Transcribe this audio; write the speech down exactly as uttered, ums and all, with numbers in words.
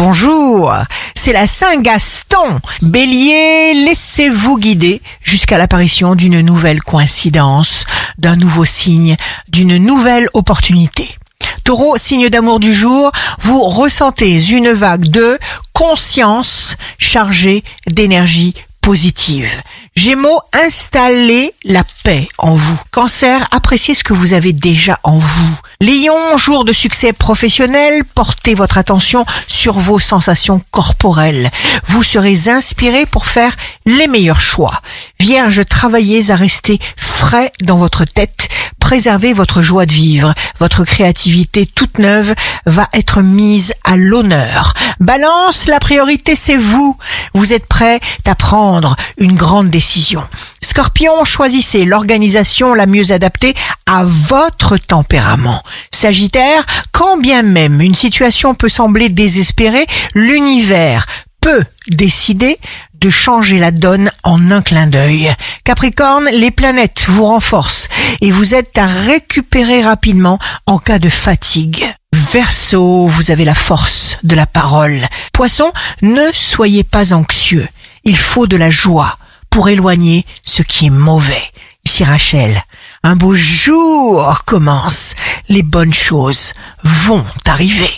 Bonjour, c'est la Saint-Gaston. Bélier, laissez-vous guider jusqu'à l'apparition d'une nouvelle coïncidence, d'un nouveau signe, d'une nouvelle opportunité. Taureau, signe d'amour du jour, vous ressentez une vague de conscience chargée d'énergie positive. Gémeaux, installez la paix en vous. Cancer, appréciez ce que vous avez déjà en vous. Lion, jour de succès professionnel, portez votre attention sur vos sensations corporelles. Vous serez inspiré pour faire les meilleurs choix. Vierge, travaillez à rester frais dans votre tête. Préservez votre joie de vivre. Votre créativité toute neuve va être mise à l'honneur. Balance, la priorité c'est vous. Vous êtes prêt à prendre une grande décision. Scorpion, choisissez l'organisation la mieux adaptée à votre tempérament. Sagittaire, quand bien même une situation peut sembler désespérée, l'univers peut décider de changer la donne en un clin d'œil. Capricorne, les planètes vous renforcent et vous êtes à récupérer rapidement en cas de fatigue. Verseau, vous avez la force de la parole. Poisson, ne soyez pas anxieux. Il faut de la joie pour éloigner ce qui est mauvais. Ici Rachel, un beau jour commence. Les bonnes choses vont arriver.